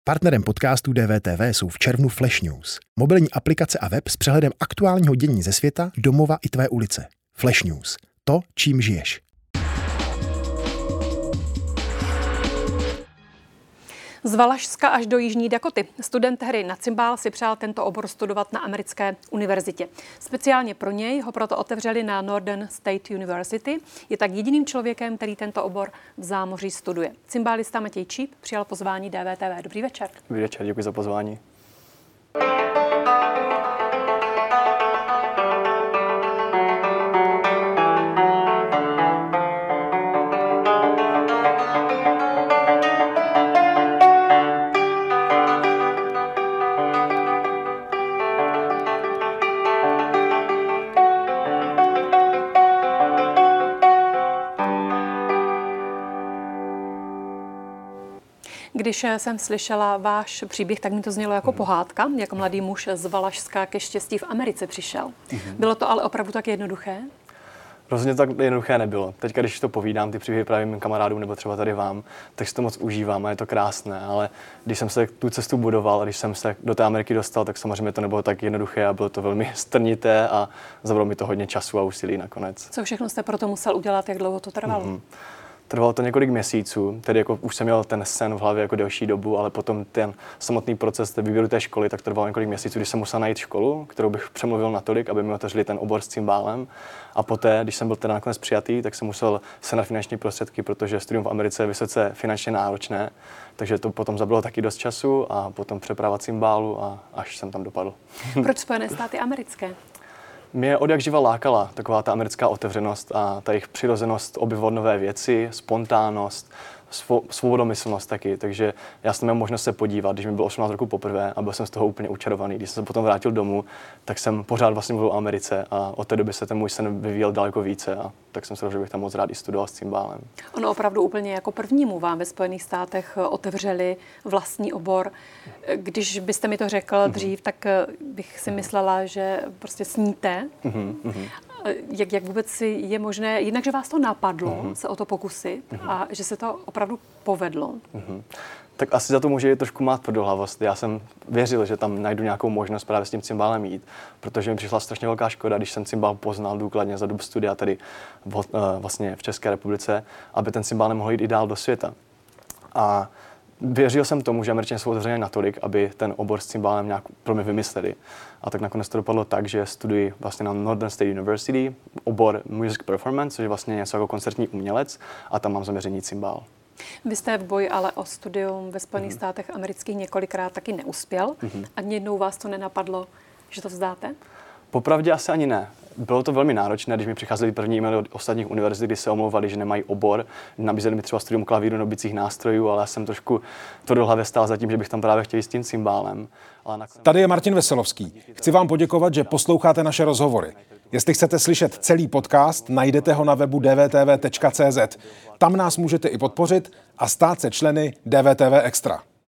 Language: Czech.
Partnerem podcastu DVTV jsou v červnu Flash News. Mobilní aplikace a web s přehledem aktuálního dění ze světa, domova i tvé ulice. Flash News. To, čím žiješ. Z Valašska až do Jižní Dakoty. Student hry na cimbál si přál tento obor studovat na americké univerzitě. Speciálně pro něj ho proto otevřeli na Northern State University. Je tak jediným člověkem, který tento obor v zámoří studuje. Cimbálista Matěj Číp přijal pozvání DVTV. Dobrý večer. Dobrý večer, děkuji za pozvání. Když jsem slyšela váš příběh, tak mi to znělo jako pohádka, jak mladý muž z Valašska ke štěstí v Americe přišel. Bylo to ale opravdu tak jednoduché? Rozhodně tak jednoduché nebylo. Teď, když to povídám, ty příběhy právě mým kamarádům nebo třeba tady vám, tak si to moc užívám a je to krásné, ale když jsem se tu cestu budoval a když jsem se do té Ameriky dostal, tak samozřejmě to nebylo tak jednoduché a bylo to velmi strnité a zabralo mi to hodně času a úsilí nakonec. Co všechno jste proto musel udělat, jak dlouho to trvalo? Trvalo to několik měsíců, tedy jako už jsem měl ten sen v hlavě jako delší dobu, ale potom ten samotný proces výběru té školy, tak trvalo několik měsíců, když jsem musel najít školu, kterou bych přemluvil natolik, aby mi otevřeli ten obor s cimbálem. A poté, když jsem byl teda nakonec přijatý, tak jsem musel sehnat finanční prostředky, protože studium v Americe je vysoce finančně náročné, takže to potom zabralo taky dost času a potom přeprava cimbálu a až jsem tam dopadl. Proč Spojené státy americké? Mě odjakživa lákala taková ta americká otevřenost a ta jejich přirozenost objevovat nové věci, spontánnost, svobodomyslnost taky, takže já jsem měl možnost se podívat, když mi bylo 18 roku poprvé a byl jsem z toho úplně učarovaný. Když jsem se potom vrátil domů, tak jsem pořád vlastně mluvil o Americe a od té doby se ten můj sen vyvíjel daleko více a tak jsem se rozhodl, že bych tam moc rád i studoval s cimbálem. Ono opravdu úplně jako prvnímu vám ve Spojených státech otevřeli vlastní obor. Když byste mi to řekl dřív, tak bych si myslela, že prostě sníte. Jak vůbec je možné, jednak, že vás to napadlo se o to pokusit a že se to opravdu povedlo? Tak asi za to může trošku mát tvrdohlavost. Já jsem věřil, že tam najdu nějakou možnost právě s tím cimbálem jít, protože mi přišla strašně velká škoda, když jsem cimbál poznal důkladně za dobu studia tady vlastně v České republice, aby ten cimbál nemohl jít i dál do světa. A věřil jsem tomu, že Američané jsou otevřené natolik, aby ten obor s cimbálem nějak pro mě vymysleli. A tak nakonec to dopadlo tak, že studuji vlastně na Northern State University obor Music Performance, což je vlastně něco jako koncertní umělec a tam mám zaměření cimbál. Vy jste v boji ale o studium ve Spojených státech amerických několikrát taky neuspěl. Ani jednou vás to nenapadlo, že to vzdáte? Popravdě asi ani ne. Bylo to velmi náročné, když mi přicházely první e-maily od ostatních univerzit, kdy se omlouvali, že nemají obor. Nabízeli mi třeba studium klavíru nebo bicích nástrojů, ale já jsem trošku to do hlavy stál za tím, že bych tam právě chtěl jít s tím cimbálem. Tady je Martin Veselovský. Chci vám poděkovat, že posloucháte naše rozhovory. Jestli chcete slyšet celý podcast, najdete ho na webu dvtv.cz. Tam nás můžete i podpořit a stát se členy DVTV Extra.